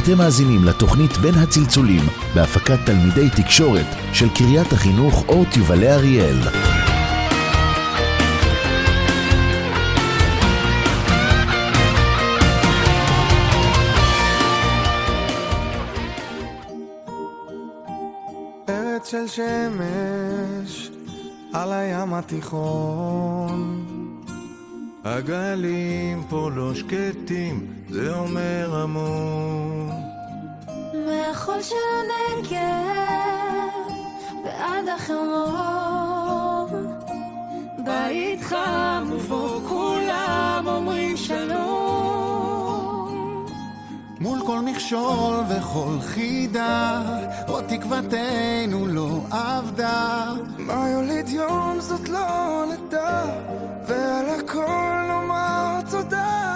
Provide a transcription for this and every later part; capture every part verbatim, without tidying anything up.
אתם מאזינים לתוכנית בין הצלצולים בהפקת תלמידי תקשורת של קריית החינוך אורט יובלי אריאל. ארץ של שמש על הים התיכון, הגלים פה לא שקטים, זה אומר המון. מהחול של הנגב ועד החרמון, בית חם ובו כולם אומרים שלום. מול כל מכשול וכל חידה, עוד תקוותנו לא עבדה. מה יוליד יום זאת לא נדע, ועל הכל נאמר תודה.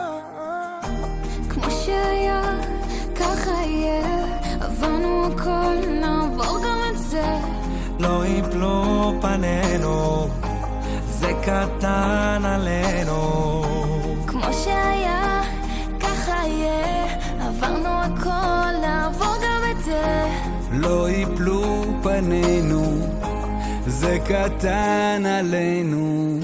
כמו שהיה, ככה יהיה, עברנו הכל, נעבור גם את זה. לא יפלו פנינו, זה קטן עלינו. כמו שהיה, ככה יהיה, עברנו הכל, נעבור גם את זה. לא יפלו פנינו, זה קטן עלינו.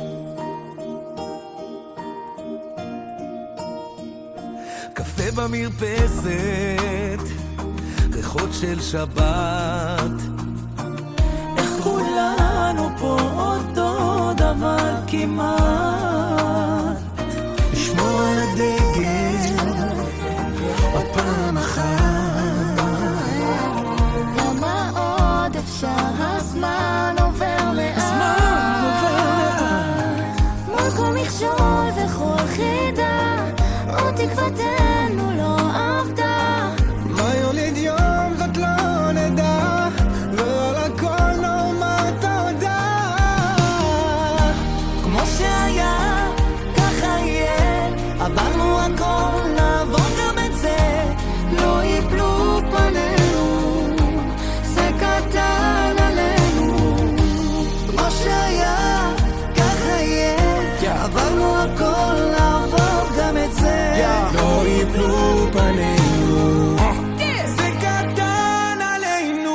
קפה במרפסת, ריחות של שבת, איך כולנו פה אותו דבר כמעט. לשמור על הדגל עוד פעם אחת, למה עוד אפשר, הזמן עובר לאט, הזמן עובר לאט. מול כל מכשול וכל חידה, עוד תקוותנו לא עבדה. מה יוליד יום זאת לא נדע, ועל הכל נאמר תודה. כמו שהיה, ככה יהיה, עברנו הכל, נעבור גם את זה. לא יפלו פנינו, זה קטן עלינו. כמו שהיה, ככה יהיה, עברנו הכל, נעבור גם את זה. לא יפלו פנינו, זה קטן עלינו.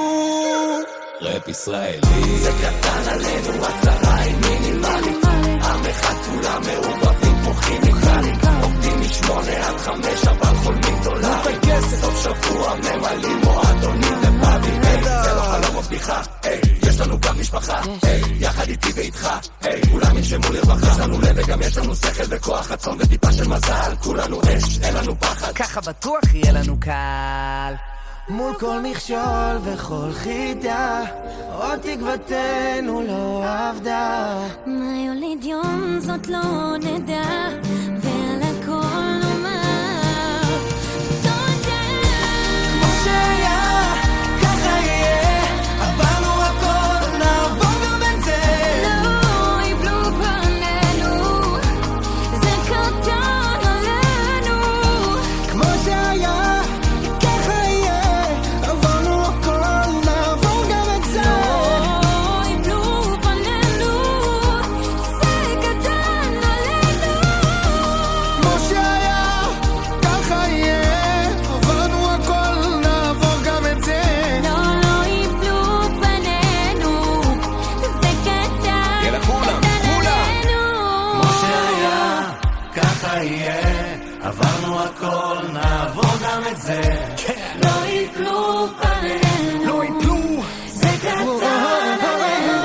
רפ ישראלי, זה קטן עלינו, הצרה היא מינימלית. עם אחד כולם מעובבים פה כימיקלית, עובדים משמונה עד חמש אבל חולמים דולרים. סוף שבוע ממלאים מועדונים לפאבים. זה לא חלום או בדיחה, יש לנו גם משפחה, יחד איתי ואיתך, כולם ינשמו לרווחה. יש לנו לב וגם יש לנו שכל וכוח רצון וטיפה של מזל, כולנו אש, אין לנו פחד, ככה בטוח יהיה לנו קל. מול כל מכשול וכל חידה, עוד תקוותנו לא עבדה. מה יוליד יום זאת לא נדע, ועל הכל נאמר תודה. כמו שהיה, ככה יהיה, עברנו הכל, נעבור גם את זה. לא יפלו פנינו, זה קטן עלינו. כמו שהיה, ככה יהיה, עברנו הכל, נעבור גם את זה. לא יפלו פנינו, זה קטן עלינו. כמו שהיה, ככה יהיה, עברנו הכל, נעבור גם את זה. לא, לא יפלו פנינו, זה קטן יאללה, כולם, עלינו. כמו שהיה, ככה יהיה, עברנו הכל, נעבור גם את זה. לא יפלו פנינו, לא יפלו, זה קטן עלינו.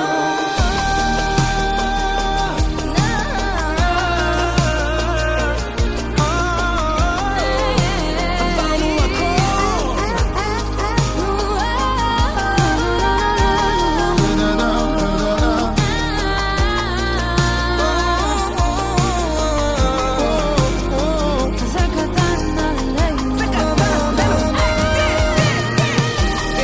זה קטן עלינו.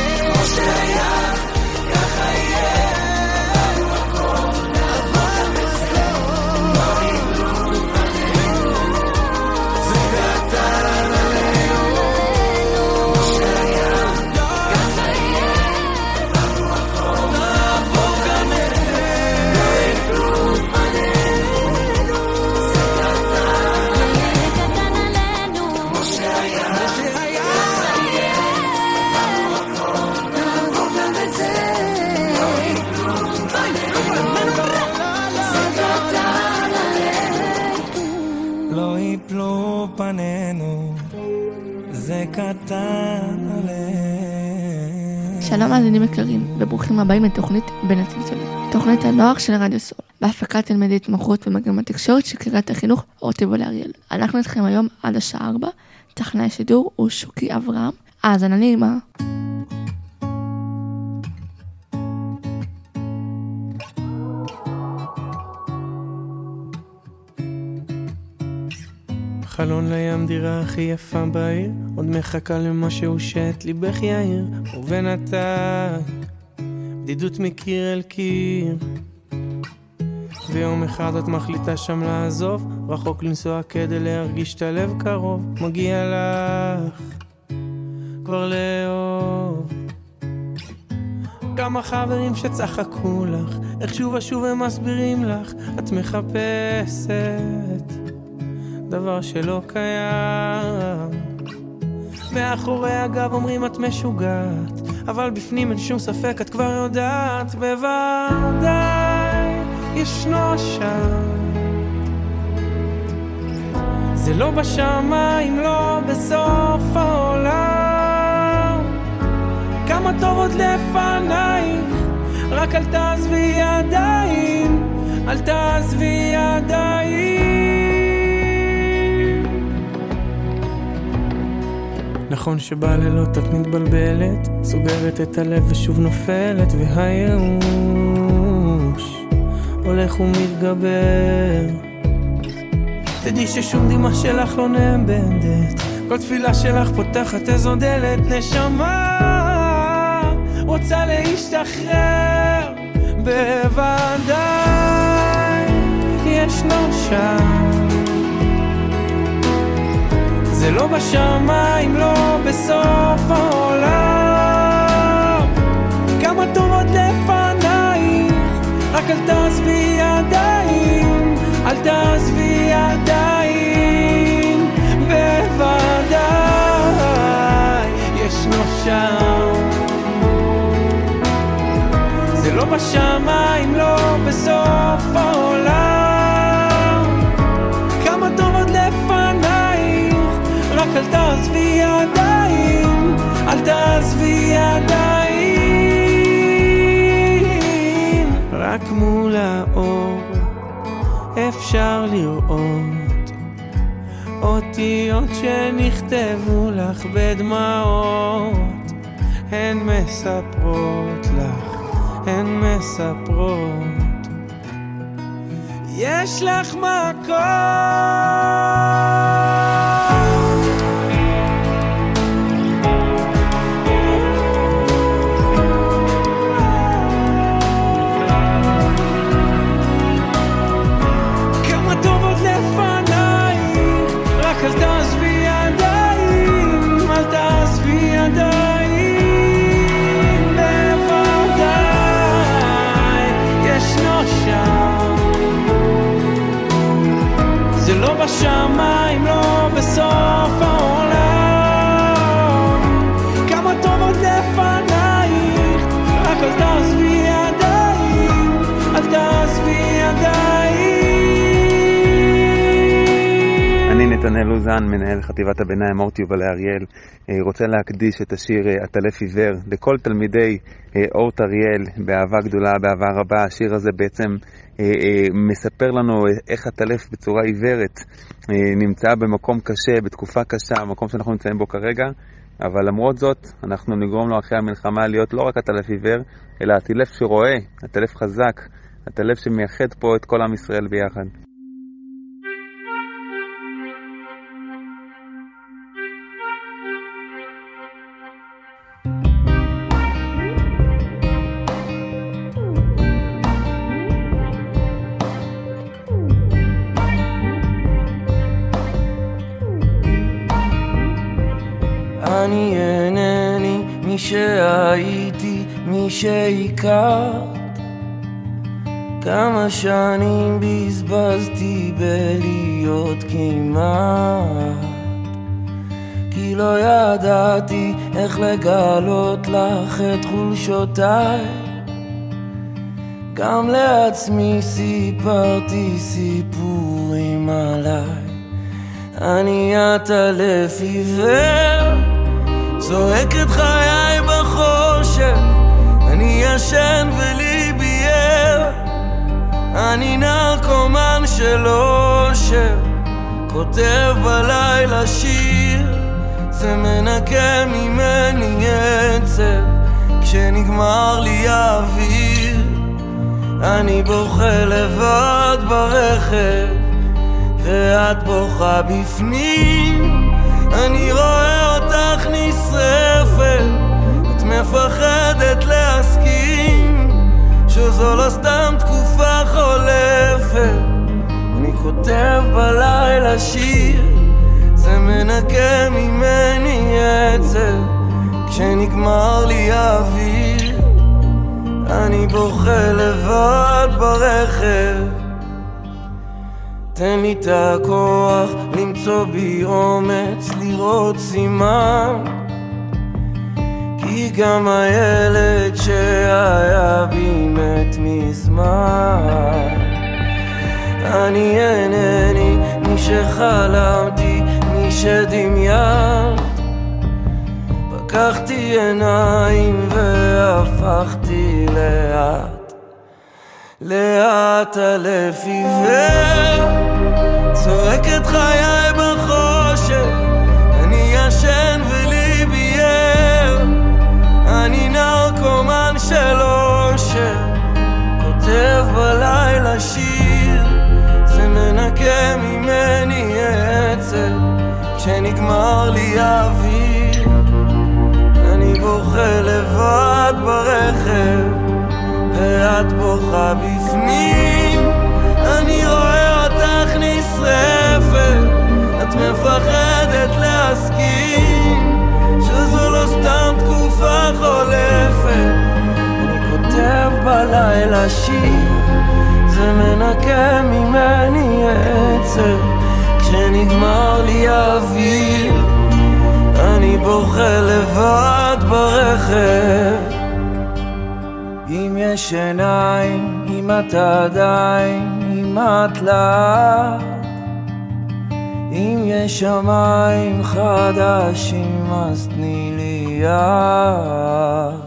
יפלו פנינו, זה קטן עליהם. שלום מאזינים יקרים, וברוכים הבאים לתוכנית בין הצלצולים. תוכנית הנוער של רדיו סול, בהפקת תלמידי התמחות ומגמת תקשורת של קריית החינוך אור טבעול אריאל. אנחנו איתכם היום עד השעה ארבע, תכנאי השידור הוא שוקי אברהם. האזנה נעימה. חלון לים דירה הכי יפה בעיר, עוד מחכה למשהו שאת ליבך יאיר, ובינתיים בדידות מקיר אל קיר, ויום אחד את מחליטה שם לעזוב, רחוק לנסוע כדי להרגיש את הלב קרוב, מגיע לך כבר לאהוב. כמה חברים שצחקו לך, איך שוב ושוב הם מסבירים לך, את מחפשת דבר שלא קיים, מאחורי הגב אומרים את משוגעת, אבל בפנים אין שום ספק את כבר יודעת, בוודאי ישנו שם, זה לא בשמיים, לא בסוף העולם, כמה טוב עוד לפנייך, רק אל תעזבי ידיים, אל תעזבי ידיים. נכון שבלילות את מתבלבלת, סוגרת את הלב ושוב נופלת, והייאוש הולך ומתגבר, תדעי ששום דמעה שלך לא נאבדת, כל תפילה שלך פותחת איזו דלת, נשמה רוצה להשתחרר, בוודאי ישנו שם, זה לא בשמיים, לא בסוף העולם, כמה טוב עוד לפנייך, רק אל תעזבי ידיים, אל תעזבי ידיים, בוודאי ישנו שם, זה לא בשמיים, לא בסוף העולם, כמה טוב עוד לפנייך, רק אל תעזבי ידיים, אל תעזבי ידיים. רק מול האור אפשר לראות אותיות שנכתבו לך בדמעות, הן מספרות לך, הן מספרות, יש לך מקום. אל תעזבי ידיים, אל תעזבי ידיים, בוודאי ישנו שם, זה לא בשמיים, לא בסוף העולם, כמה טוב עוד לפנייך, רק אל תעזבי ידיים, אל תעזבי ידיים. אני נתנאל אוזן, מנהל חטיבת הביניים אור טבעול אריאל, רוצה להקדיש את השיר עטלף עיוור לכל תלמידי אור אריאל באהבה גדולה, באהבה רבה. השיר הזה בעצם מספר לנו איך עטלף בצורה עיוורת נמצא במקום קשה, בתקופה קשה, המקום שאנחנו נמצאים בו כרגע, אבל למרות זאת אנחנו נגרום לו אחרי המלחמה להיות לא רק עטלף עיוור, אלא עטלף שרואה, עטלף חזק, עטלף שמייחד פה את כל עם ישראל ביחד. אני אינני מי שהייתי, מי שהכרת, כמה שנים בזבזתי בלהיות כמעט, כי לא ידעתי איך לגלות לך את חולשותיי, גם לעצמי סיפרתי סיפורים עליי, אני עטלף עיוור, צועק את חיי בחושך, אני ישן וליבי ער, אני נרקומן של אושר, כותב בלילה שיר, זה מנקה ממני עצב, כשנגמר לי האוויר, אני בוכה לבד ברכב, ואת בוכה בפנים, אני רואה אותך נשרפת, את מפחדת להסכים, שזו לא סתם תקופה חולפת, אני כותב בלילה שיר, זה מנקה ממני עצב, כשנגמר לי האוויר, אני בוכה לבד ברכב. תן לי את הכוח למצוא בי אומץ לראות סימן, כי גם הילד שהיה בי מת מזמן. אני אינני מי שחלמתי, מי שדמיית, פקחתי עיניים והפכתי לאט לאט עטלף עיוור, צועק את חיי בחושך, אני ישן וליבי ער, אני נרקומן של אושר, כותב בלילה שיר, זה מנקה ממני עצב, כשנגמר לי האוויר, אני בוכה לבד ברכב, ואת בוכה בפנים, אני רואה אותך נשרפת, את מפחדת להסכים, שזו לא סתם תקופה חולפת, אני כותב בלילה שיר, זה מנקה ממני עצב, כשנגמר לי האוויר, אני בוכה לבד ברכב. אם יש עיניים, אם אתה עדיין, אם את לאט, אם יש שמיים חדשים, אז תני לי יד.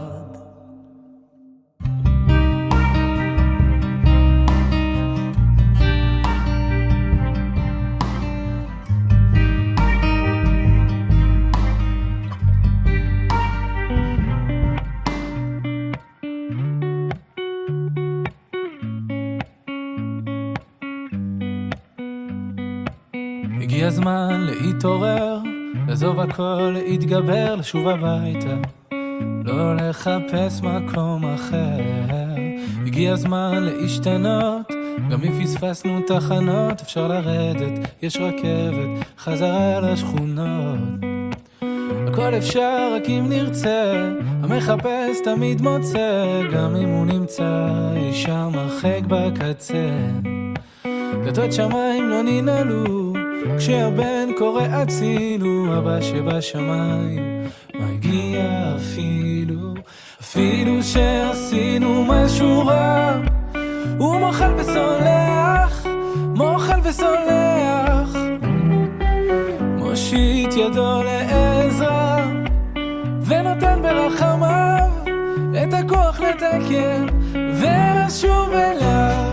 הגיע הזמן להתעורר, לעזוב הכל, להתגבר, לשוב הביתה, לא לחפש מקום אחר. הגיע הזמן להשתנות, גם אם פספסנו תחנות, אפשר לרדת, יש רכבת, חזרה לשכונות. הכל אפשר רק אם נרצה, המחפש תמיד מוצא, גם אם הוא נמצא שם הרחק בקצה. דלתות שמיים לא ננעלו, כשהבן קורא הצילו, אבא שבשמיים מגיע אפילו, אפילו שעשינו משהו רע, הוא מוחל וסולח, מוחל וסולח, מושיט ידו לעזרה, ונותן ברחמיו את הכוח לתקן ולשוב אליו.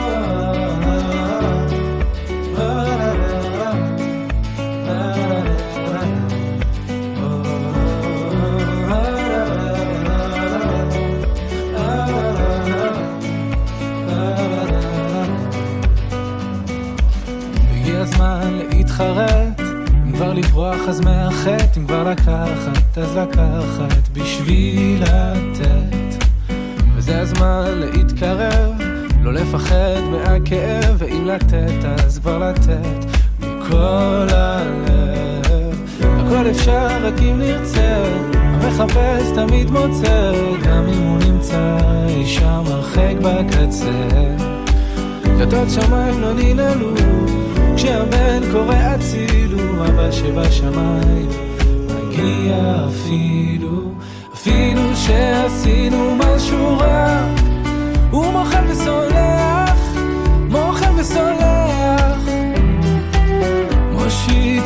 הזמן להתחרט, אם כבר לברוח אז מאחת, אם כבר לקחת אז לקחת בשביל לתת, וזה הזמן להתקרב, לא לפחד מהכאב, ואם לתת אז כבר לתת מכל הלב. הכל אפשר רק אם נרצה, המחפש תמיד מוצא, גם אם הוא נמצא שם הרחק בקצה. דלתות שמיים לא ננעלו, כשהבן קורא הצילו, אבא שבשמיים מגיע אפילו, אפילו שעשינו משהו רע, הוא מוחל וסולח, מוחל וסולח, מושיט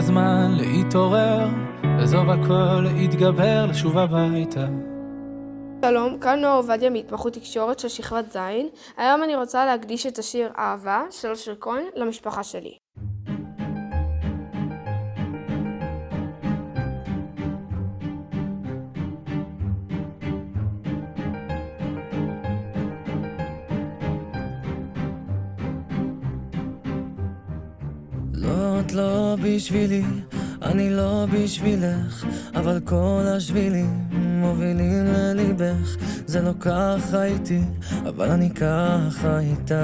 הזמן להתעורר, לעזוב הכל, להתגבר, לשוב הביתה. שלום, כאן נועה עובדיה מהתמחות תקשורת של שכבת זין. היום אני רוצה להקדיש את השיר אהבה של אושר כהן למשפחה שלי. לא, את לא בשבילי, אני לא בשבילך, אבל כל השבילים מובילים לליבך. זה לא ככה איתי, אבל אני ככה איתך.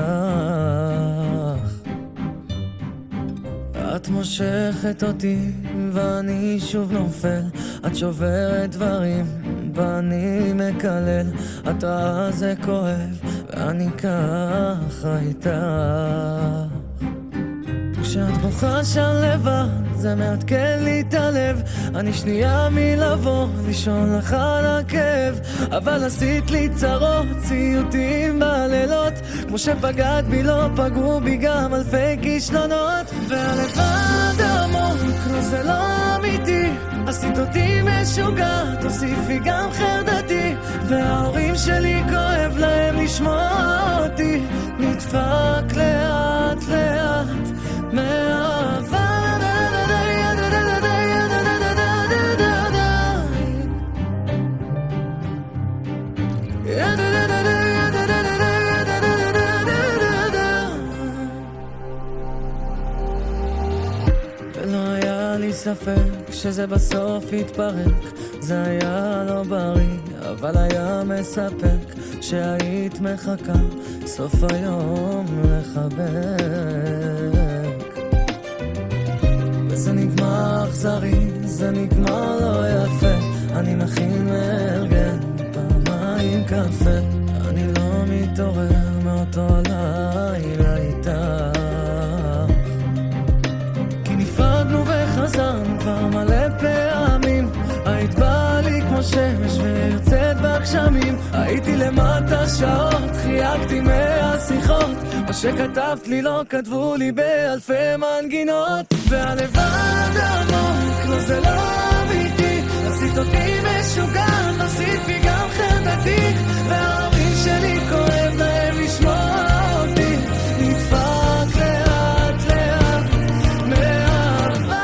את מושכת אותי ואני שוב נופל, את שוברת דברים ואני מקלל. את רעה זה כואב ואני ככה איתך. כשאת בוכה שם לבד, זה מעדכן לי את הלב. אני שנייה מלבוא, לישון לך על הכאב, אבל עשית לי צרות, ציוטים בלילות. כמו שפגעת בי לא פגעו בי גם אלפי כישלונות. והלבד עמוק, לא זה לא אמיתי, עשית אותי משוגע, תוסיפי גם חרדתי. וההורים שלי כואב להם לשמוע אותי נדפק לאט לאט מאהבה. ולא היה לי ספק שזה בסוף יתפרק, זה היה לא בריא אבל היה מספק שהיית מחכה סוף היום לחבק. וזה נגמר אכזרי, זה נגמר לא יפה, אני מכין מארגן פעמיים קפה. אני לא מתעורר מאותו לילה איתך, כי נפרדנו וחזרנו כבר מלא פעמים. היית באה לי כמו שמש והרצית בגשמים, הייתי למטה שעות, חייגתי מהשיחות, מה שכתבת לי לא כתבו לי באלפי מנגינות. והלבד עמוק, לא זה לא אמיתי, עשית אותי משוגע, תוסיפי גם חרדתי. וההורים שלי כואב להם לשמוע אותי נדפק לאט לאט מאהבה.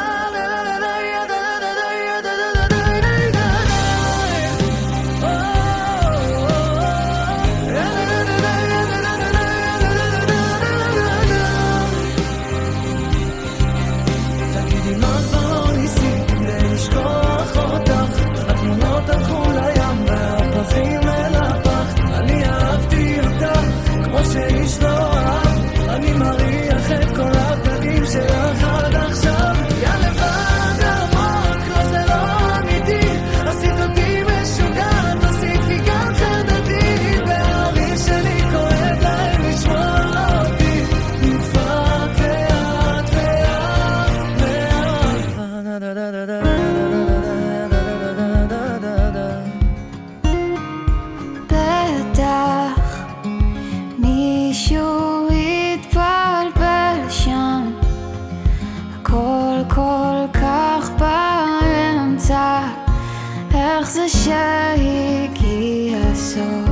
תגידי מה כבר לא ניסית כדי לשכוח אותך, התמונות הלכו לים והפחים אל הפח. אני אהבתי אותך כמו שאיש לא אהב, אני מריח את כל הבגדים שלך עד עכשיו. יא לבד עמוק, לא זה לא אמיתי, עשית אותי משוגע, תוסיפי גם חרדתי. וההורים שלי כואב להם לשמוע אותי נדפק לאט לאט מאהבה. בטח מישהו התפלפל שם, הכל כל כך באמצע, איך זה שהגיע הסוף.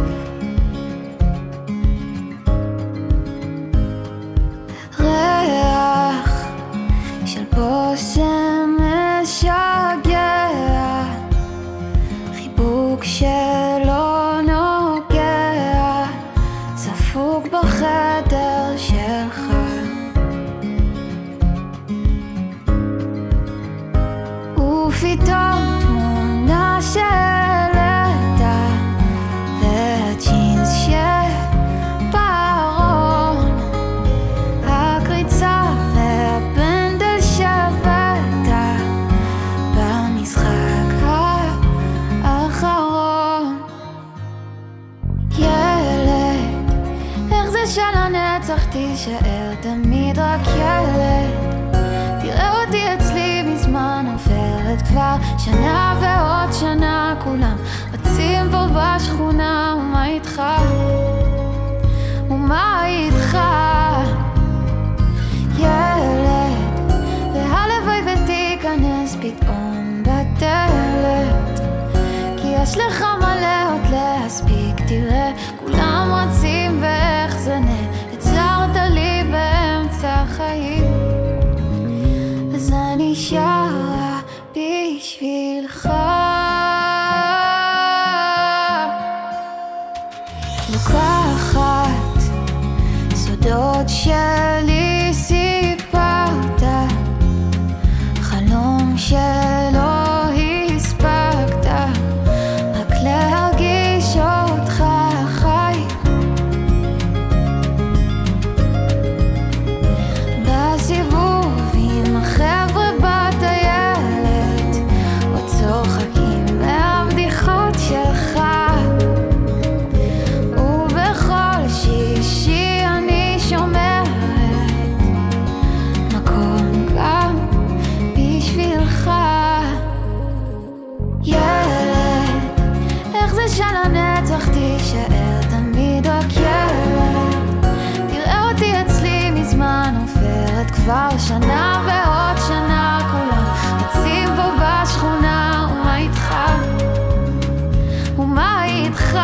ריח של בושם משגע, חיבוק שלא נוגע, ספוג בחדר שלך. ופתאום תמונה שלתה והג'ינס שברון, הקריצה והפנדל שבאת במשחק האחרון. ילד, איך זה שלנצח תישאר תמיד רק ילד. תראה אותי אצלי מזמן עוברת כבר שנה ועוד שנה, כולם רצים פה בשכונה. ומה איתך? ומה איתך? ילד, והלוואי ותיק יש לך מלא עוד להספיק, תראה כולם רצים ואיך זה נעצרת לי באמצע החיים, אז אני שרה בשבילך. לוקחת סודות שלי סיפרת, חלום שלא הספקת, רק להרגיש אותך חי. בסיבוב עם החבר'ה בטיילת, עוד צוחקים מהבדיחות שלך, ובכל שישי אני שומרת מקום גם בשבילך. ילד, איך זה שלנצח תישאר תמיד רק ילד, תראה אותי אצלי מזמן עוברת כבר שנה ועוד שנה, כולם רצים פה בשכונה, ומה איתך? ומה איתך?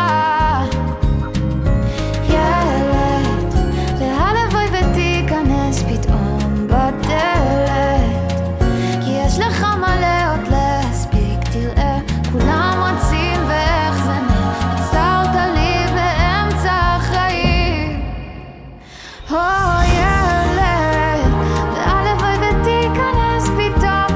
ילד, והלוואי ותיכנס פתאום בדלת, כי יש לך מלא עוד להספיק, תראה כולם רצים ואיך זה נעצרת לי באמצע החיים. או ילד, והלוואי ותיכנס פתאום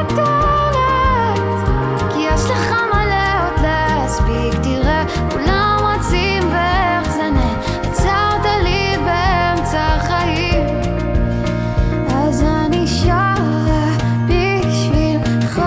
בדלת, כי יש לך מלא עוד להספיק, תראה כולם רצים ואיך זה נעצרת לי באמצע החיים, אז אני שרה בשבילך.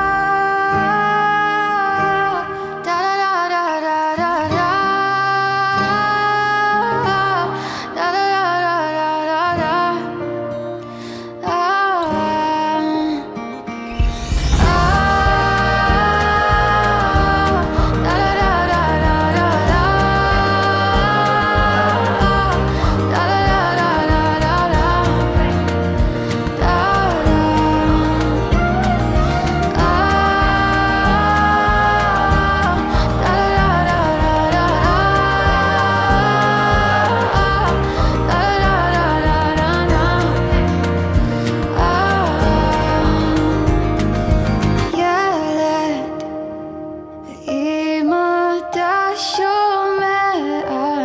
ילד, אם אתה שומע,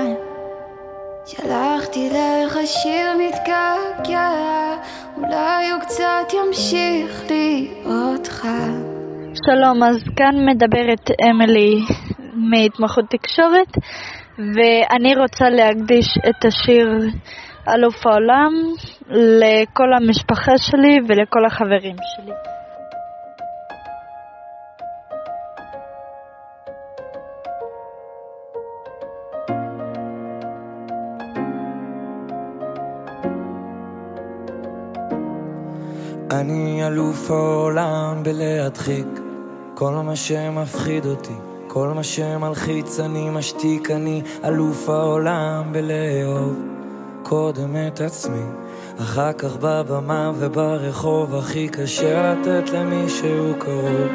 שלחתי לך שיר מתגעגע, אולי הוא קצת ימשיך להיות אותך. שלום, אז כאן מדברת אמילי מהתמחות תקשורת, ואני רוצה להקדיש את השיר אלוף העולם לכל המשפחה שלי ולכל החברים שלי. אני אלוף העולם בלהדחיק כל מה שמפחיד אותי, כל מה שמלחיץ אני משתיק. אני אלוף העולם בלאהוב קודם את עצמי, אחר כך בבמה וברחוב הכי קשה לתת למישהו קרוב.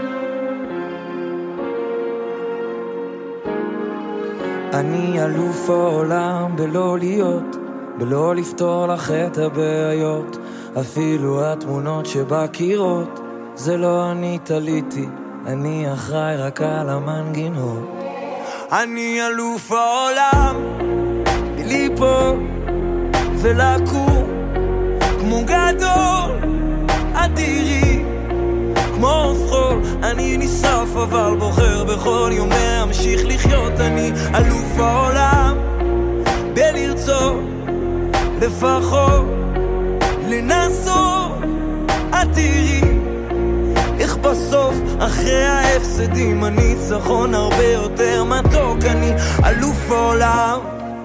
אני אלוף העולם בלא להיות, בלא לפתור לך את הבעיות, אפילו התמונות שבקירות זה לא אני תליתי, אני אחראי רק על המנגינות. אני אלוף העולם בליפול ולקום כמו גדול אדירי, כמו זכול. אני נשרף אבל בוחר בכל יום להמשיך לחיות. אני אלוף העולם בלרצות לפחות לנסות. את תראי איך בסוף אחרי ההפסדים הניצחון הרבה יותר מתוק. אני אלוף העולם.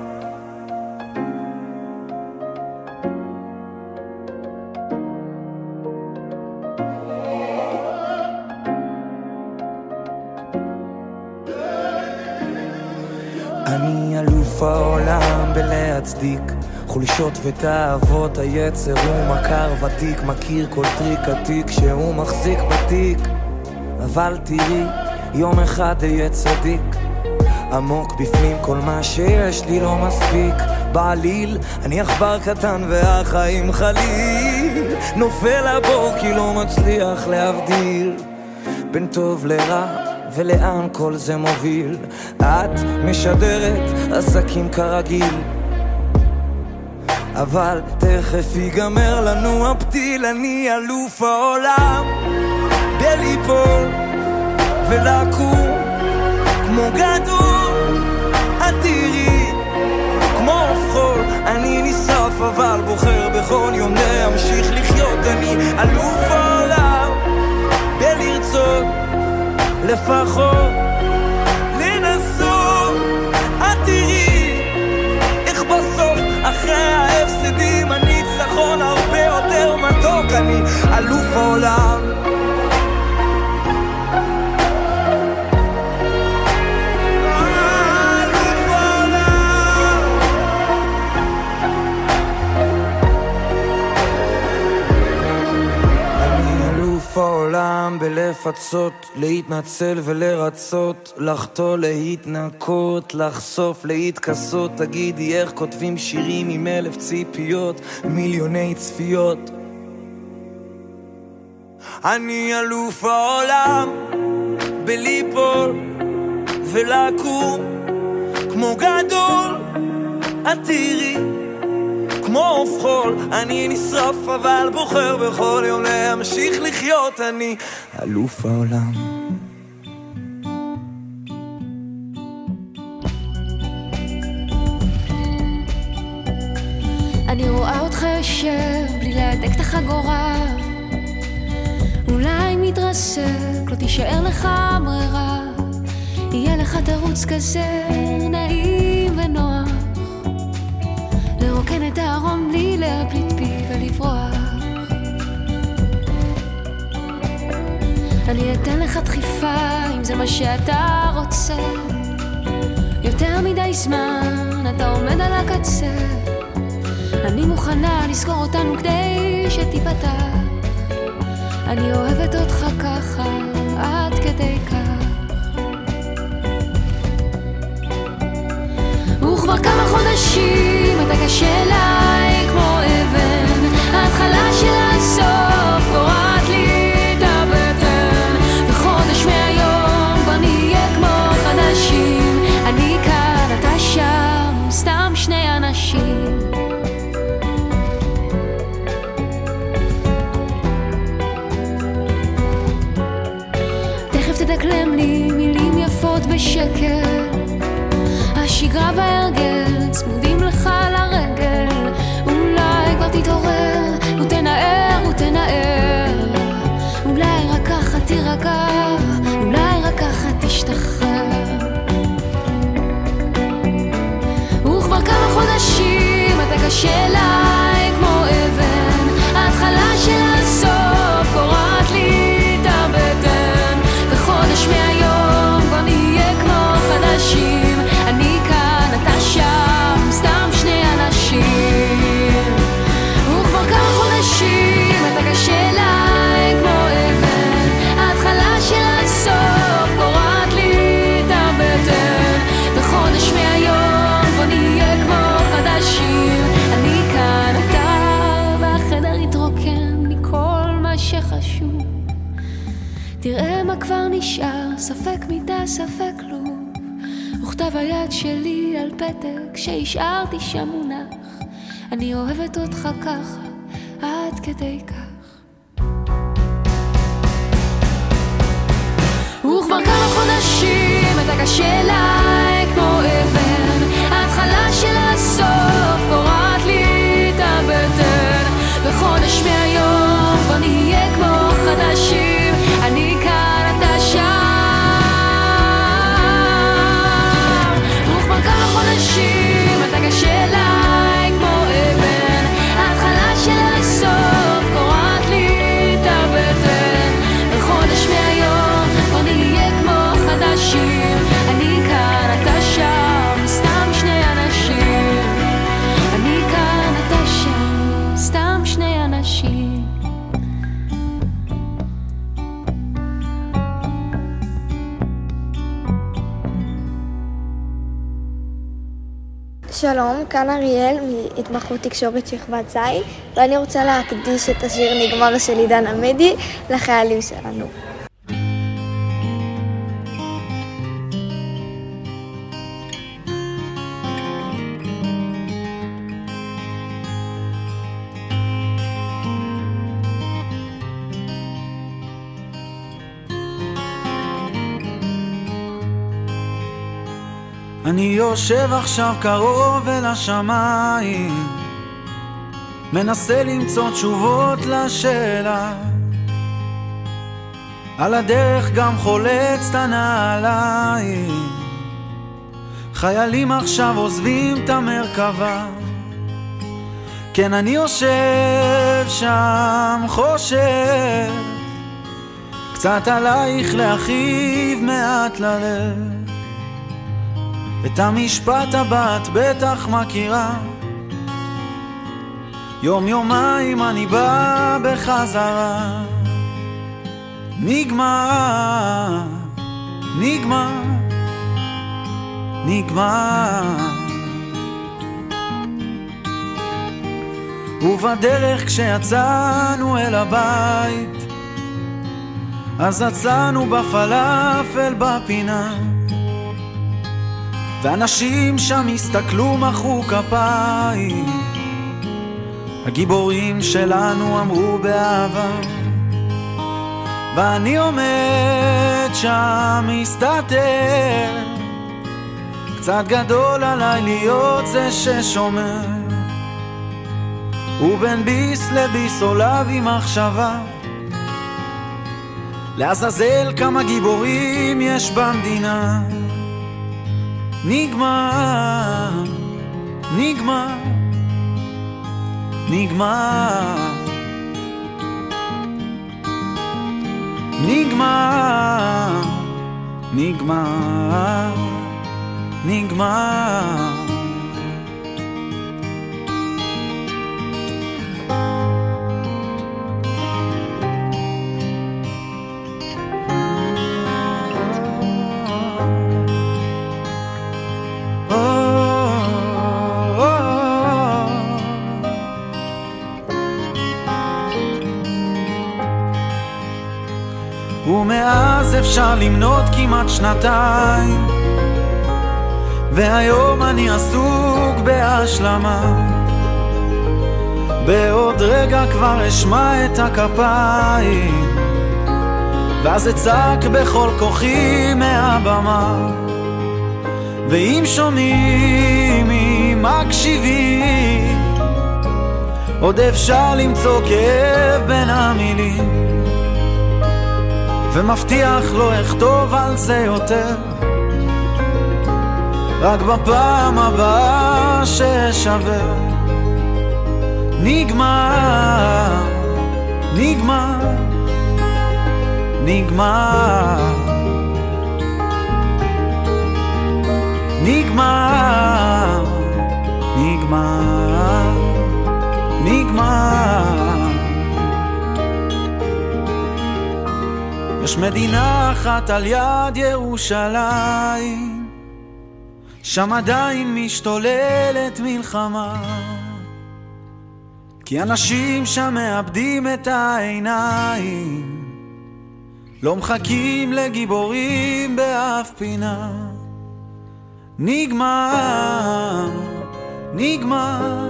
אני אלוף העולם בלהצדיק חולשות ותאוות היצר. הוא מכר ותיק, מכיר כל טריק עתיק שהוא מחזיק בתיק. אבל תראי יום אחד אהיה צדיק. עמוק בפנים כל מה שיש לי לא מספיק. בעליל אני עכבר קטן והחיים חליל. נופל הבור כי לא מצליח להבדיל בין טוב לרע ולאן כל זה מוביל. את משדרת עסקים כרגיל, אבל תכף ייגמר לנו הפתיל. אני אלוף העולם בליפול ולקום כמו גדול. את תראי כמו חול, אני נשרף אבל בוחר בכל יום להמשיך לחיות. אני אלוף העולם בלרצות לפחות לנסות. את תראי איך בסוף אחרי ההפסדים הניצחון הרבה יותר מתוק. אני אלוף העולם. העולם בלפצות, להתנצל ולרצות, לחטוא להתנקות, לחשוף להתכסות. תגידי איך כותבים שירים עם אלף ציפיות, מיליוני צפיות. אני אלוף העולם בליפול ולקום כמו גדול. את תראי כמו עוף חול, אני נשרף אבל בוחר בכל יום להמשיך לחיות. אני אלוף העולם. אני רואה אותך יושב בלי להדק את החגורה, אולי מתרסק, לא תישאר לך ברירה. יהיה לך תירוץ כזה נעים ונוח לרוקן את הארון בלי להפליט פי ולברוח. אני אתן לך דחיפה אם זה מה שאתה רוצה. יותר מדי זמן אתה עומד על הקצה, אני מוכנה לסגור אותנו כדי שתיפתח. אני אוהבת אותך ככה עד כדי כך. וכבר כמה חודשים אתה קשה אליי כמו אבן, ההתחלה של הסוף קוראת לי את הבטן. וחודש מהיום כבר נהיה כמו חדשים, אני כאן אתה שם, סתם שני אנשים. תכף תדקלם לי מילים יפות בשקל, השגרה והרגל צמודים לך לרגל. אולי כבר תתעורר ותנער ותנער, אולי רק ככה תירגע, אולי רק ככה תשתחרר. וכבר כמה חודשים אתה קשה אליי כמו אבן, ההתחלה של הסוף קוראת לי את הבטן. וחודש מהיום כבר נהיה כמו חדשים, אני כאן אתה שם, סתם שני אנשים. וכבר כמה חודשים אתה קשה אליי כמו אבן, ההתחלה של הסוף קוראת לי את הבטן. וחודש מהיום כבר נהיה כמו חדשים, אני כאן אתה, והחדר יתרוקן מכל מה שחשוב. תראה מה כבר נשאר, ספק מידה ספק לוב, וכתב היד שלי על פתק שהשארתי שם מונח. אני אוהבת אותך ככה עד כדי כך. וכבר כמה חודשים אתה קשה אליי כמו אבן, ההתחלה של הסוף קוראת לי את הבטן. וחודש מהיום כבר נהיה כמו חדשים, אני כאן אתה שם. וכבר כמה חודשים אתה קשה אליי כמו אבן, ההתחלה של הסוף קוראת שלום, כאן אריאל מהתמחות תקשורת שכבת ז', ואני רוצה להקדיש את השיר נגמר של עידן עמדי לחיילים שלנו. אני יושב עכשיו קרוב אל השמיים, מנסה למצוא תשובות לשאלה. על הדרך גם חולץ את הנעליים, חיילים עכשיו עוזבים את המרכבה. כן, אני יושב שם חושב קצת עלייך להכאיב מעט ללב. את המשפט הבא את בטח מכירה, יום יומיים אני בא בחזרה. נגמר, נגמר, נגמר. ובדרך כשיצאנו אל הבית, אז יצאנו בפלאפל בפינה, ואנשים שם הסתכלו מחאו כפיים. הגיבורים שלנו אמרו באהבה, ואני עומד שם מסתתר, קצת גדול עליי להיות זה ששומר, ובין ביס לביס עולה בי מחשבה, לעזאזל כמה גיבורים יש במדינה. נגמר, נגמר, נגמר, נגמר, נגמר, נגמר. ומאז אפשר למנות כמעט שנתיים, והיום אני עסוק בהשלמה. בעוד רגע כבר אשמע את הכפיים, ואז אצעק בכל כוחי מהבמה. ואם שומעים, אם מקשיבים, עוד אפשר למצוא כאב בין המילים, ומבטיח לא אכתוב על זה יותר, רק בפעם הבאה ששבר. נגמר, נגמר, נגמר, נגמר, נגמר, נגמר. יש מדינה אחת על יד ירושלים, שם עדיין משתוללת מלחמה, כי אנשים שם מאבדים את העיניים, לא מחכים לגיבורים באף פינה. נגמר, נגמר,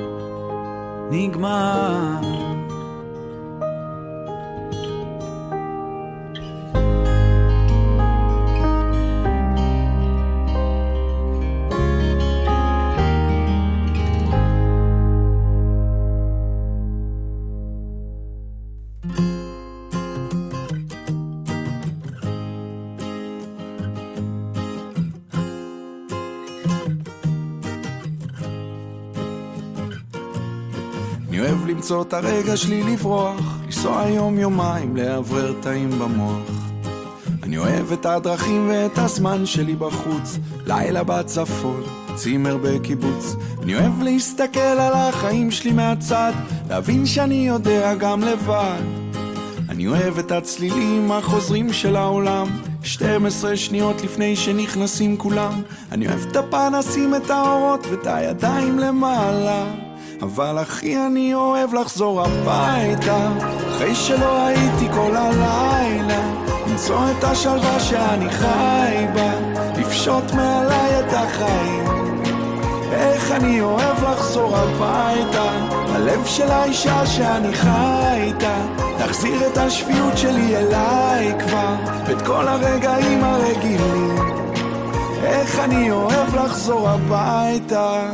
נגמר. אני אוהב למצוא את הרגע שלי לברוח, לנסוע יום יומיים לעבר תאים במוח. אני אוהב את הדרכים ואת הזמן שלי בחוץ, לילה בצפון, צימר בקיבוץ. אני אוהב להסתכל על החיים שלי מהצד, להבין שאני יודע גם לבד. אני אוהב את הצלילים החוזרים של העולם, שתים עשרה שניות לפני שנכנסים כולם. אני אוהב את הפנסים, את האורות ואת הידיים למעלה, אבל אחי אני אוהב לחזור הביתה אחרי שלא הייתי כל הלילה, למצוא את השלווה שאני חי בה, לפשוט מעליי את החיים. איך אני אוהב לחזור הביתה, הלב של האישה שאני חי איתה, תחזיר את השפיות שלי אליי כבר, את כל הרגעים הרגילים. איך אני אוהב לחזור הביתה.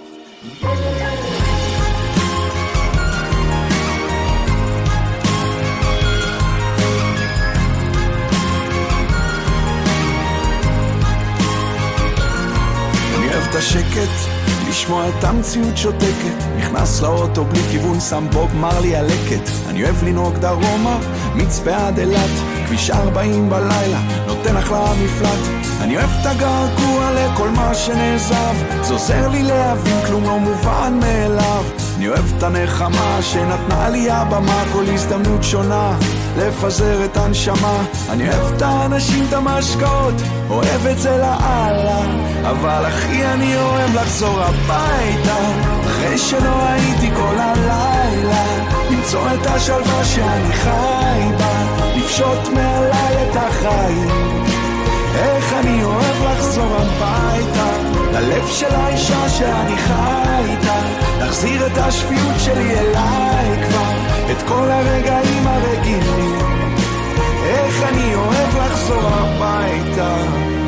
אני אוהב את השקט, לשמוע את המציאות שותקת, נכנס לאוטו בלי כיוון, שם בוב מרלי הלקט. אני אוהב לנהוג דרומה, מצפה עד אילת, כביש ארבעים בלילה, נותן אחלה מפלט. אני אוהב את הגעגוע לכל מה שנעזב, זה עוזר לי להבין כלום לא מובן מאליו. אני אוהב את הנחמה שנתנה לי הבמה, כל הזדמנות שונה לפזר את הנשמה. אני אוהב את האנשים, את המשקעות, אוהב את זה לאללה, אבל אחי אני אוהב לחזור הביתה אחרי שלא הייתי כל הלילה, למצוא את השלווה שאני חי בה, לפשוט מעליי את החיים. איך אני אוהב לחזור הביתה ללב של האישה שאני חי איתה, תחזיר את השפיות שלי אליי כבר, את כל הרגעים הרגילים. איך אני אוהב לחזור הביתה.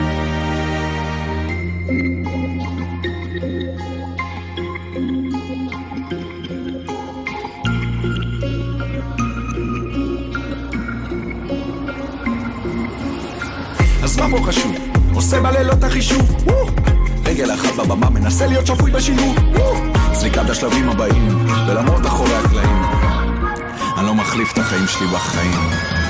אז מה בו חשוב? עושה בלילות החישוב, רגל אחת בבמה, מנסה להיות שפוי בשילוב, זריקת השלבים הבאים ולמרות אחורי הקלעים, אני לא מחליף את החיים שלי בחיים.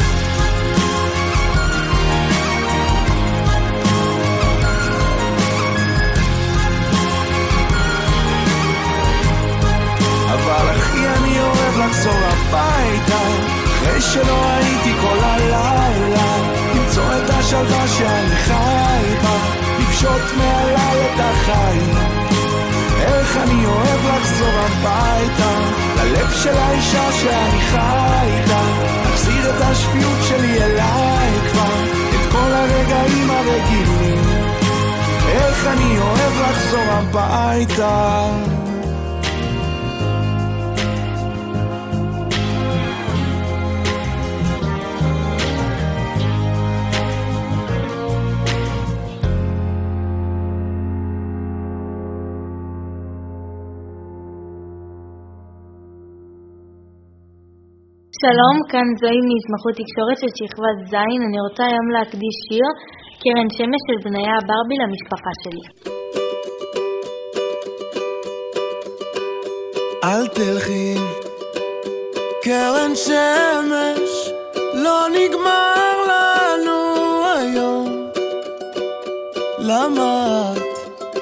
אבל אחי אני אוהב לחזור הביתה אחרי שלא הייתי כל הלילה, למצוא את השלווה שאני חי בה, לפשוט מעליי את החיים. איך אני אוהב לחזור הביתה ללב של האישה שאני חי איתה, תחזיר את השפיות שלי אליי כבר, את כל הרגעים הרגילים. איך אני אוהב לחזור הביתה. שלום, כאן זוהי מהתמחות תקשורת של שכבת זין. אני רוצה היום להקדיש שיר קרן שמש של בניה ברבי למשפחה שלי. אל תלכי קרן שמש, לא נגמר לנו היום, למה את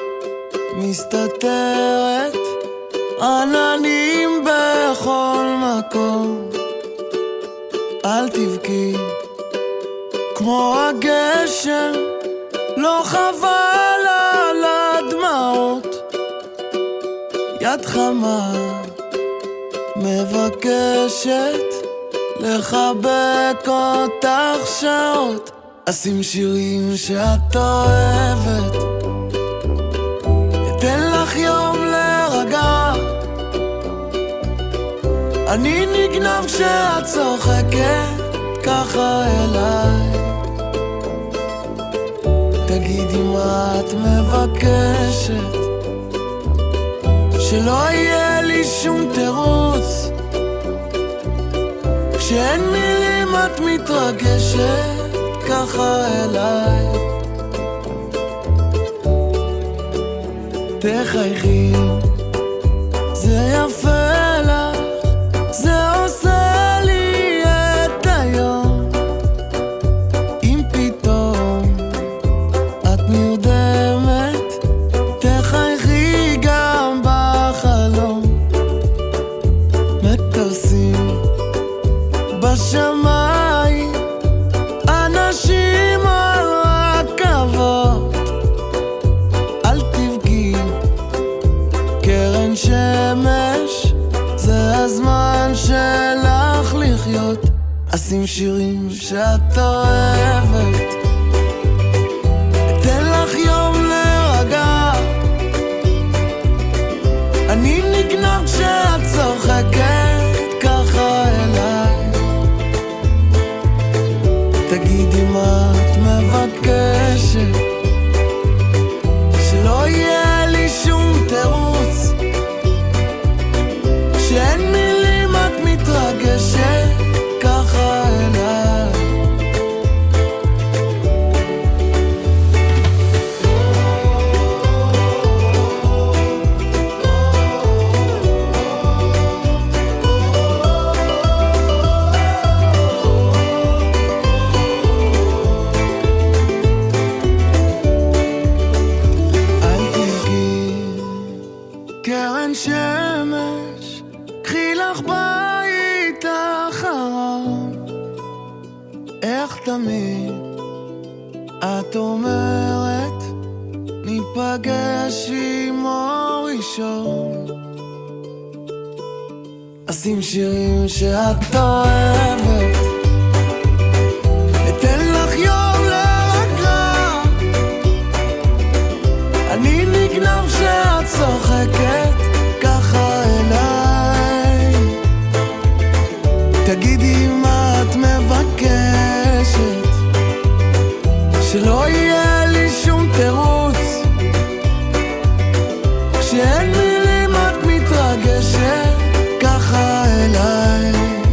מסתתרת? עננים בכל מקום, אל תבכי כמו הגשם, לא חבל על הדמעות, יד חמה מבקשת לחבק אותך שעות, אשים שירים שאת אוהבת, אתן לך יום להירגע, אני נגנב כשאת צוחקת ככה אליי, תגידי מה את מבקשת, שלא יהיה לי שום תירוץ, כשאין מילים את מתרגשת ככה אליי, תחייכי זה יפה לך, זה עושה לי את היום, אם פתאום את נרדמת, תחייכי גם בחלום, מטוסים בשמיים אשים שירים שאת אוהבת, אתן לך יום להירגע, אני נגנב כשאת צוחקת ככה אליי, תגידי מה את מבקשת, שלא יהיה לי שום תירוץ, כשאין מילים את מתרגשת ככה אליי, אל תלכי קרן שמש, קחי לך בית אחרון, איך תמיד את אומרת ניפגש עם אור ראשון, אשים שירים שאת אוהבת, אתן לך יום להירגע, אני נגנב כשאת צוחקת ככה אליי, תגידי מה את מבקשת, שלא יהיה לי שום תירוץ, כשאין מילים את מתרגשת ככה אליי.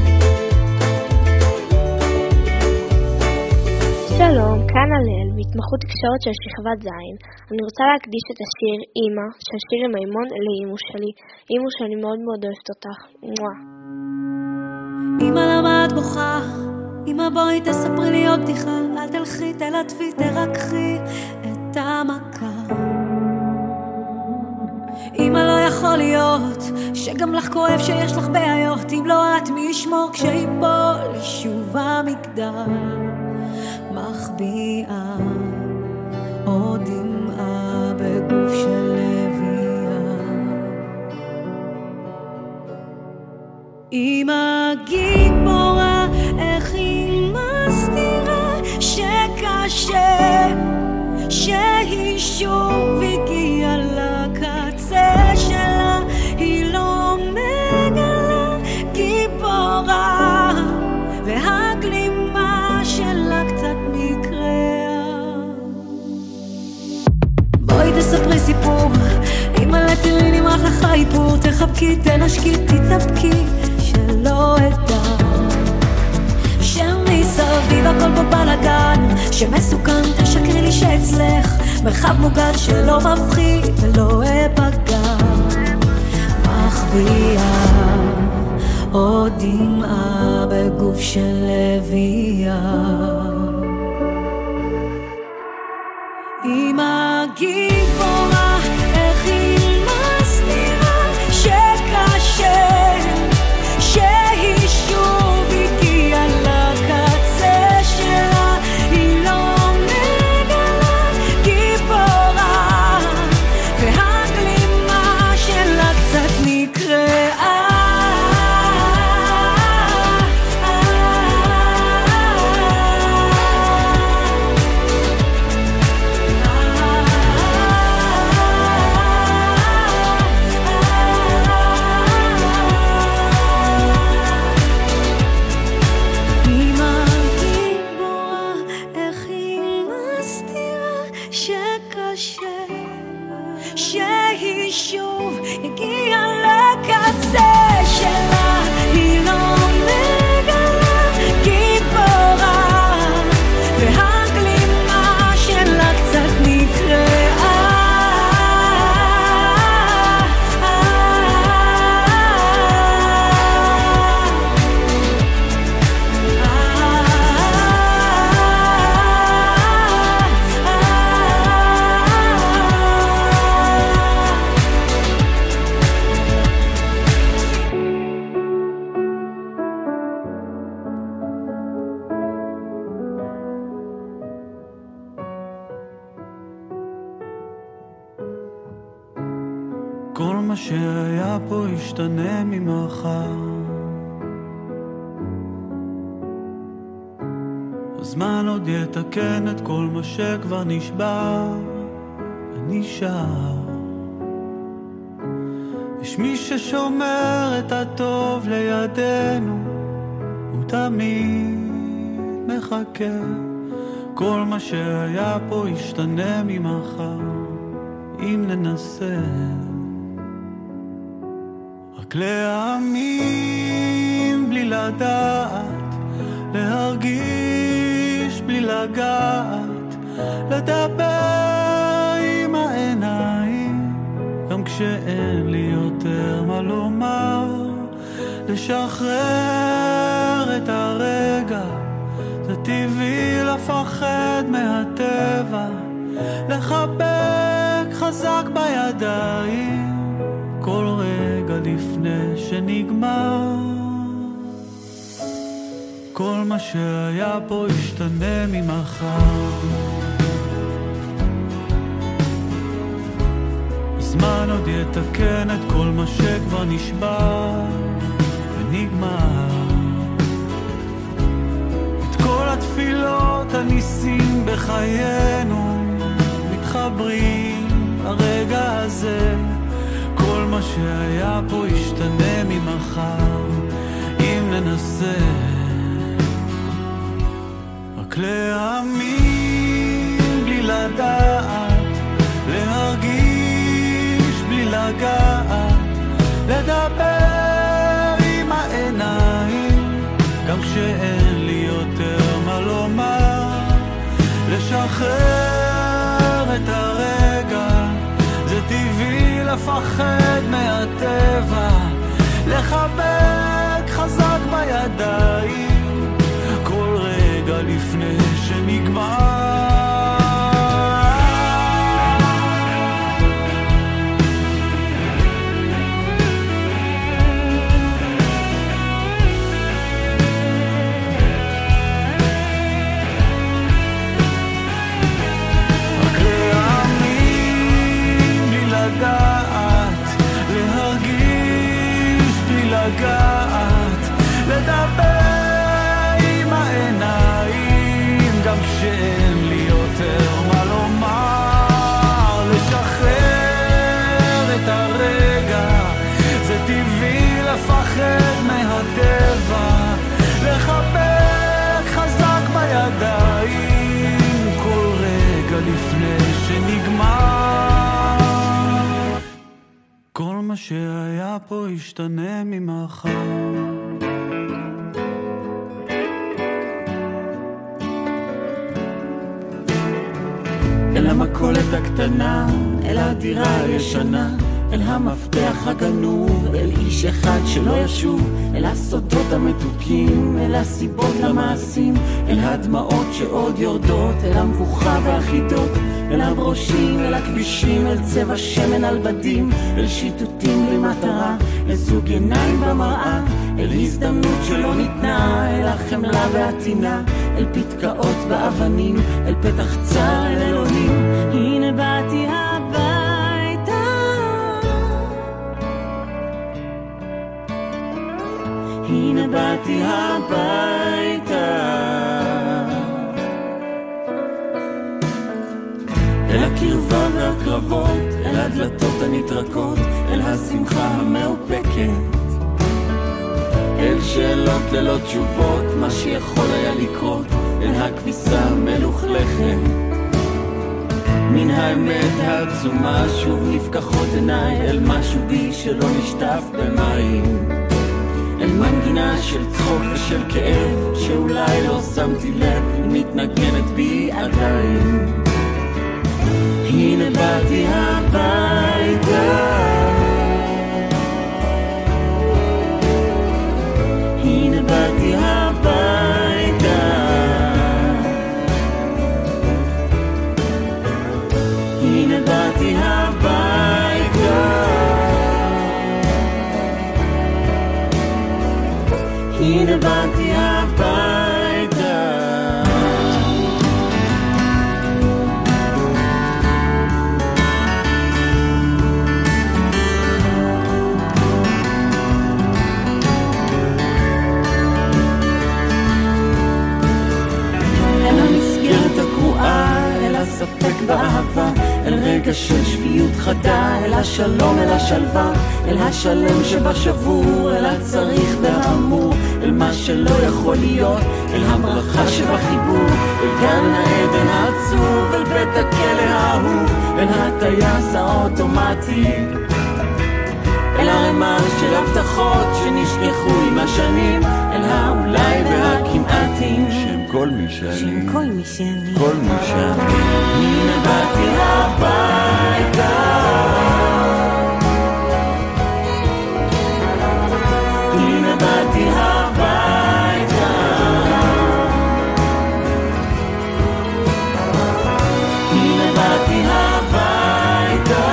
שלום, כאן הלל, מהתמחות תקשורת של שכבת זין. אני רוצה להקדיש את השיר אמא של שירי מימון לאימו שלי. אימו שאני מאוד מאוד אוהבת אותך. מואה. אמא למה את בוכה? אמא בואי תספרי לי עוד בדיחה, אל תלכי תלטפי תרקחי את המכה. אמא לא יכול להיות שגם לך כואב שיש לך בעיות, אם לא את מי ישמור כשיפול שוב המגדל, מחביאה עוד דמעה בגוף של לביאה. אמא גיבורה, איך היא מסתירה שקשה שהיא שוב הגיעה לקצה שלה, היא לא מגלה גיבורה והגלימה שלה קצת נקראה. בואי תספרי סיפור, אמא לתראי נמרח לך איפור, תחבקי תנשקי תתאפקי שלא אדע שמסביב הכל בו בלגן שמסוכן, תשקרי לי שאצלך מרחב מוגן שלא מפחיד ולא אפגע, מחביאה עוד דמעה בגוף של לביאה. אמא גיבורה, איך היא מסתירה שקשה שהיא שוב הגיעה לקצה שלה, היא לא מגלה גיבורה והגלימה שלה קצת נקראה. כל מה שהיה פה ישתנה ממחר, הזמן עוד יתקן את כל מה שכבר נשבר, אני שר. יש מי ששומר את הטוב לידינו, הוא תמיד מחכה. כל מה שהיה פה ישתנה ממחר, אם ננסה רק להאמין בלי לדעת, להרגיש בלי לגעת, לדבר עם העיניים גם כשאין לי יותר מה לומר, לשחרר את הרגע, זה טבעי לפחד מהטבע, לחבק חזק בידיים כל רגע לפני שנגמר. כל מה שהיה פה ישתנה ממחר, הזמן עוד יתקן את כל מה שכבר נשבר ונגמר. את כל התפילות הניסים בחיינו מתחברים הרגע הזה, כל מה שהיה פה ישתנה ממחר, אם ננסה רק להאמין בלי לדעת, להרגיש בלי לגעת, לדבר עם העיניים גם כשאין לי יותר מה לומר, לשחרר את הרגע, זה טבעי לפחד מהטבע, לחבק חזק בידיים כל רגע לפני שנגמר. רק להאמין בלי לדעת, להרגיש בלי לגעת, לדבר עם העיניים גם כשאין לי יותר מה לומר, לשחרר את הרגע, זה טבעי לפחד מהטבע, לחבק חזק בידיים כל רגע לפני שנגמר. כל מה שהיה פה ישתנה ממחר. אל המכולת הקטנה, אל הדירה הישנה, אל המפתח הגנוב, אל איש אחד שלא ישוב, אל הסודות המתוקים, אל הסיבות למעשים, אל הדמעות שעוד יורדות, אל המבוכה והחידות, אל הברושים, אל הכבישים, אל צבע שמן על בדים, אל שיטוטים למטרה, אל זוג עיניים במראה, אל הזדמנות שלא ניתנה, אל החמלה והתינה, אל פתקאות באבנים, אל פתח צר, אל אלוהים. הנה באתי הביתה, הנה באתי הביתה, אל הקרבה והקרבות, אל הדלתות הנתרקות, אל השמחה המאופקת, אל שאלות ללא תשובות, מה שיכול היה לקרות, אל הכביסה המלוכלכת. מן האמת העצומה שוב נפקחות עיניי, אל משהו בי שלא נשטף במים, אל מנגינה של צחוק ושל כאב, שאולי לא שמתי לב, מתנגנת בי עדיין. הנה באתי הביתה, הנה באתי הביתה, הנה באתי הביתה, הנה באתי הביתה. ספק באהבה, אל רגע של שפיות חדה, אל השלום, אל השלווה, אל השלם שבשבור, אל הצריך והאמור, אל מה שלא יכול להיות, אל הברכה שבחיבור, אל גן העדן העצוב, אל בית הכלא האהוב, אל הטייס האוטומטי, אל הרמה של הבטחות שנשכחו עם השנים, אל האולי והכמעטים, שם כל מי שאני, שם כל מי שאני, כל מי שאני. הנה באתי הביתה, הנה באתי הביתה, הנה באתי הביתה,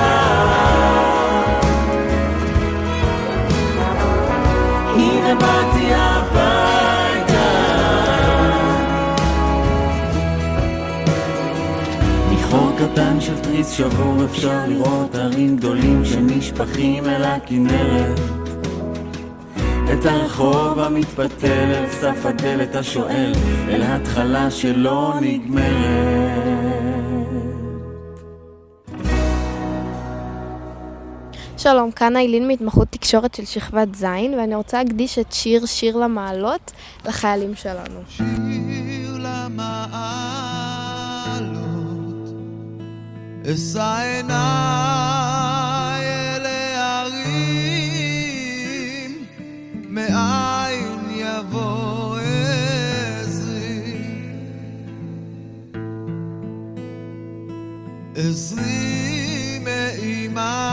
הנה באתי הביתה. מחור קטן של תריס שבור אפשר לראות הרים גדולים שנשפכים אל הכנרת, את הרחוב המתפתל אל סף הדלת השואל, אל התחלה שלא נגמרת. שלום, כאן איילין מהתמחות תקשורת של שכבת זין, ואני רוצה להקדיש את שיר שיר למעלות לחיילים שלנו. שיר למעלות, אשא עיניי אל ההרים, מאין יבוא עזרי, עזרי מאימה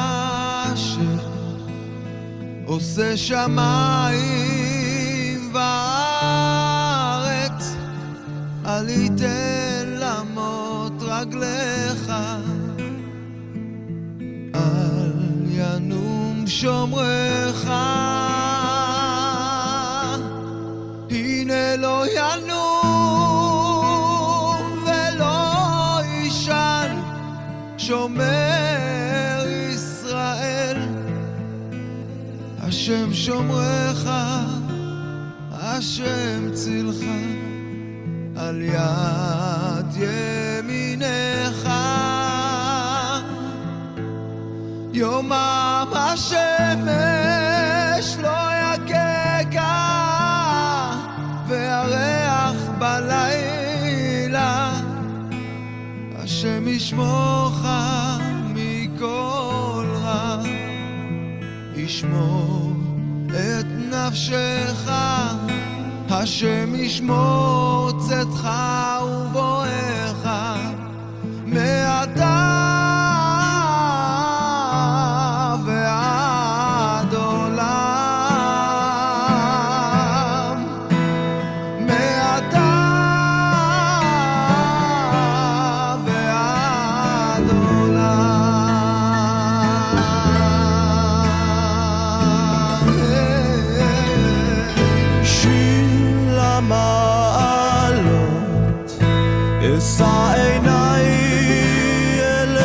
עושה שמיים וארץ, אל יתן למות רגליך, אל ינום שומרך, הנה לא ינום ולא ישן שומר ישראל, השם שומרך, השם צילך, על יד ימינך, יומם השמש לא יקקה, והריח בלילה, השם ישמורך מכל רע, ישמור את נפשך, השם ישמור צאתך ובואך, מעתה ועד עולם, מעתה ועד עולם. מעלות, אשא עיניי אל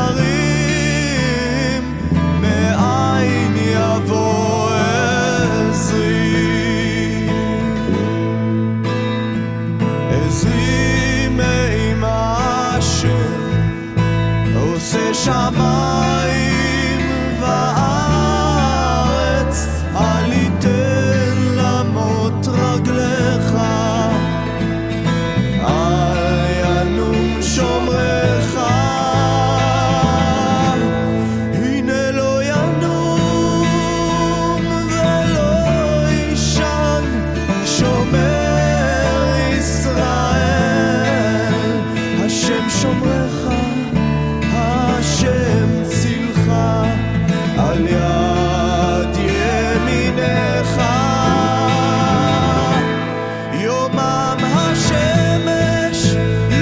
ההרים, מאין יבוא עזרי, עזרי מאימה שעושה שמיים וארץ, אל יתן למות רגליך, שומרך, הנה לא ינום ולא ישן שומר ישראל, השם שומרך, השם צילך, על יד ימינך, יומם השמש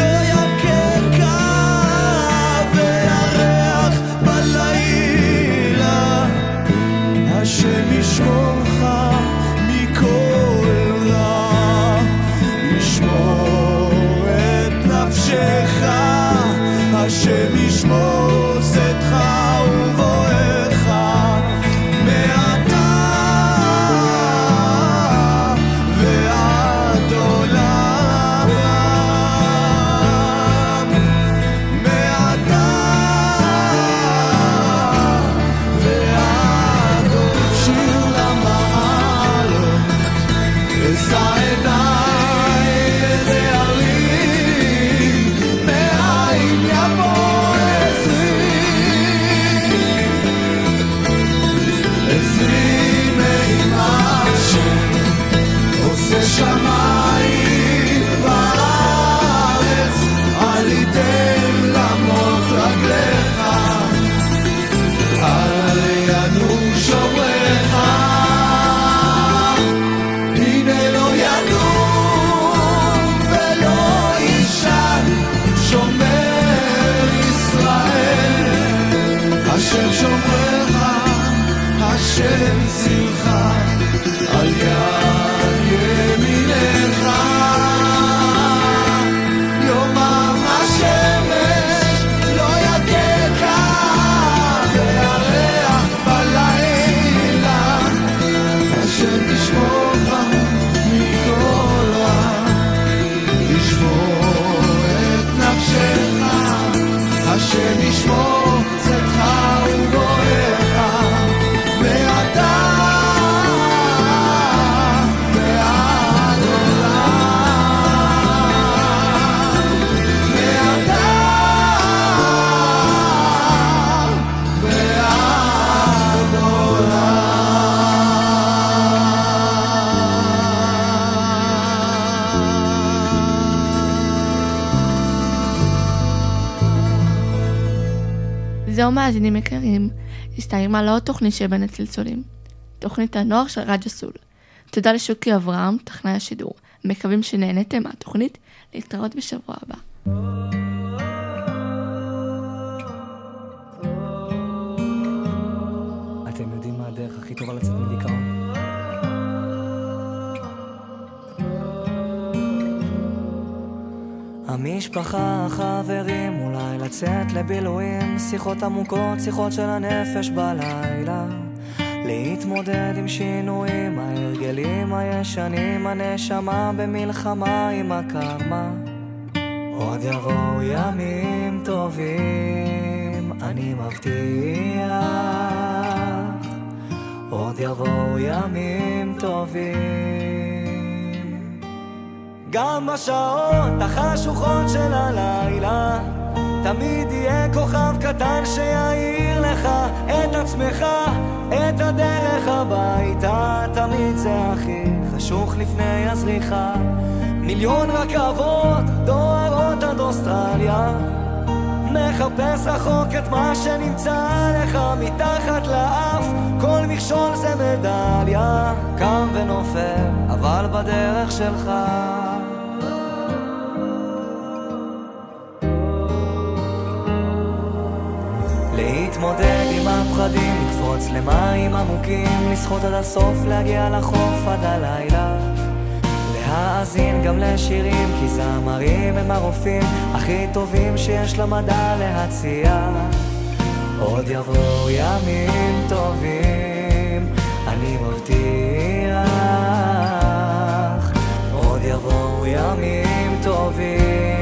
השם ישמורך מכל רע, ישמור את נפשך, השם ישמור צאתך ובואך, מעתה ועד עולם, השם ישמור צאתך ובואך מעתה ועד עולם, מעתה ועד זהו מאזינים יקרים, הסתיימה לעוד תוכנית של בין הצלצולים, תוכנית הנוער של רדיו סול. תודה לשוקי אברהם, טכנאי השידור. מקווים שנהנתם מהתוכנית, להתראות בשבוע הבא. אתם יודעים מה הדרך הכי טובה לצאת מדיכאון? המשפחה, החברים, אולי לצאת לבילויים, שיחות עמוקות, שיחות של הנפש בלילה, להתמודד עם שינויים, ההרגלים הישנים, הנשמה במלחמה עם הקרמה. עוד יבואו ימים טובים, אני מבטיח, עוד יבואו ימים טובים. גם בשעות החשוכות של הלילה תמיד יהיה כוכב קטן שיעיר לך את עצמך, את הדרך הביתה. תמיד זה הכי חשוך לפני הזריחה. מיליון רכבות דוהרות עד אוסטרליה, מחפש רחוק את מה שנמצא לך מתחת לאף. כל מכשול זה מדליה, קם ונופל אבל בדרך שלך. להתמודד עם הפחדים, לקפוץ למים עמוקים, לשחות עד הסוף, להגיע לחוף עד הלילה, להאזין גם לשירים, כי זמרים הם הרופאים הכי טובים שיש למדע להציע. עוד יבואו ימים טובים, אני מבטיח, עוד יבואו ימים טובים.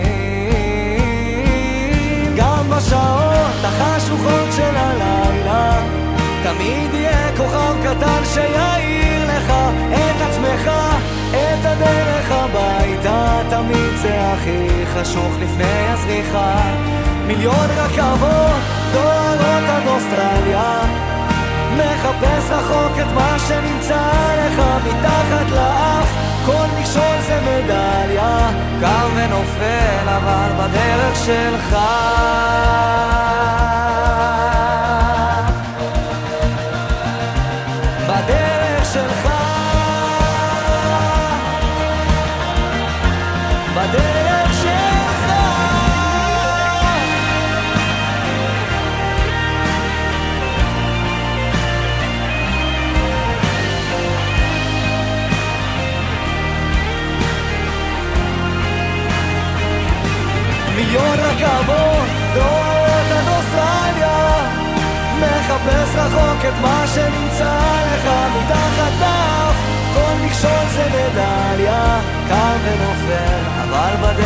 גם בשעות החשוכות של הלילה תמיד יהיה כוכב קטן שיעיר לך את עצמך, את הדרך הביתה. תמיד זה הכי חשוך לפני הזריחה. מיליון רכבות דוהרות עד אוסטרליה, מחפש רחוק את מה שנמצא לך מתחת לאף. כל מכשול זה מדליה, קם ונופל אבל בדרך שלך. בדרך שלך, בדרך שלך. מיליון רכבות דוהרות עד אוסטרליה, מחפש רחוק את מה שנמצא לך מתחת לאף. כל מכשול זה מדליה, קם ונופל אבל בדרך